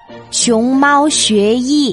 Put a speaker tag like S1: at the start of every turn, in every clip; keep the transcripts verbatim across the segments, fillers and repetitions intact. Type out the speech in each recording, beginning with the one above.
S1: 熊猫学艺。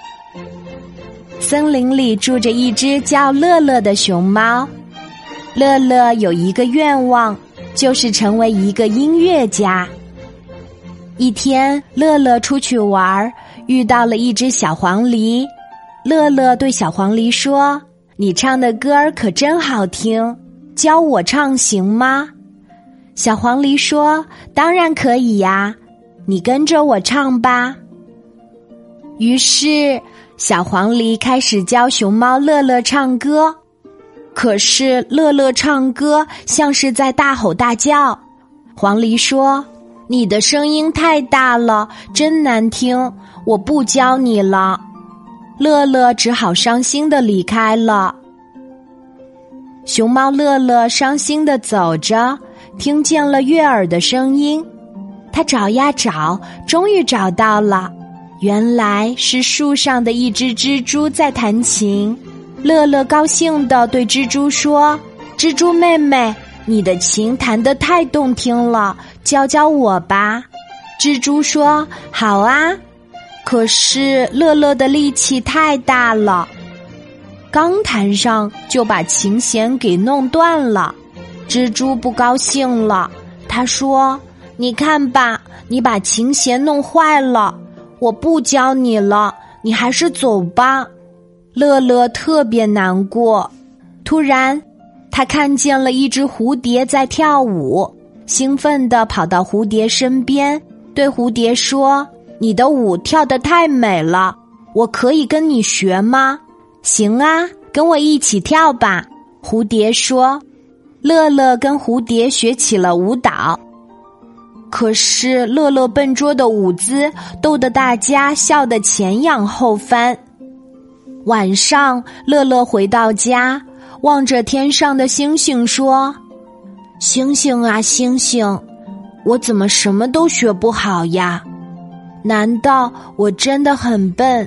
S1: 森林里住着一只叫乐乐的熊猫，乐乐有一个愿望，就是成为一个音乐家。一天，乐乐出去玩，遇到了一只小黄鹂。乐乐对小黄鹂说：“你唱的歌儿可真好听，教我唱行吗？”小黄鹂说：“当然可以呀，你跟着我唱吧。”于是，小黄鹂开始教熊猫乐乐唱歌。可是乐乐唱歌像是在大吼大叫。黄鹂说：“你的声音太大了，真难听，我不教你了。”乐乐只好伤心地离开了。熊猫乐乐伤心地走着，听见了悦耳的声音，他找呀找，终于找到了，原来是树上的一只蜘蛛在弹琴。乐乐高兴地对蜘蛛说：“蜘蛛妹妹，你的琴弹得太动听了，教教我吧。”蜘蛛说：“好啊。”可是乐乐的力气太大了，刚弹上就把琴弦给弄断了。蜘蛛不高兴了，他说：“你看吧，你把琴弦弄坏了，我不教你了，你还是走吧。”乐乐特别难过。突然，他看见了一只蝴蝶在跳舞，兴奋地跑到蝴蝶身边，对蝴蝶说：“你的舞跳得太美了，我可以跟你学吗？”“行啊，跟我一起跳吧。”蝴蝶说。乐乐跟蝴蝶学起了舞蹈。可是乐乐笨拙的舞姿逗得大家笑得前仰后翻。晚上，乐乐回到家，望着天上的星星说：“星星啊星星，我怎么什么都学不好呀？难道我真的很笨？”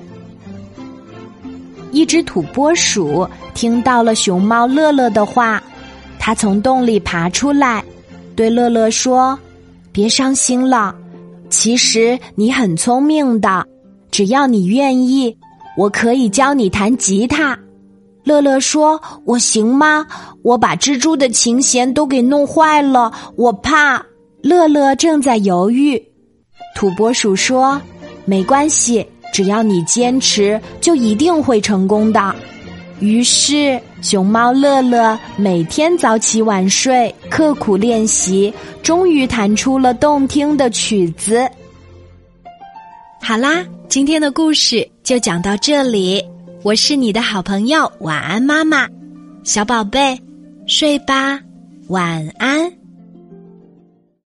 S1: 一只土拨鼠听到了熊猫乐乐的话，它从洞里爬出来，对乐乐说：“别伤心了，其实你很聪明的，只要你愿意，我可以教你弹吉他。”乐乐说：“我行吗？我把蜘蛛的琴弦都给弄坏了，我怕。”乐乐正在犹豫，土拨鼠说：“没关系，只要你坚持，就一定会成功的。”于是熊猫乐乐每天早起晚睡，刻苦练习，终于弹出了动听的曲子。好啦，今天的故事就讲到这里，我是你的好朋友晚安妈妈。小宝贝，睡吧，晚安。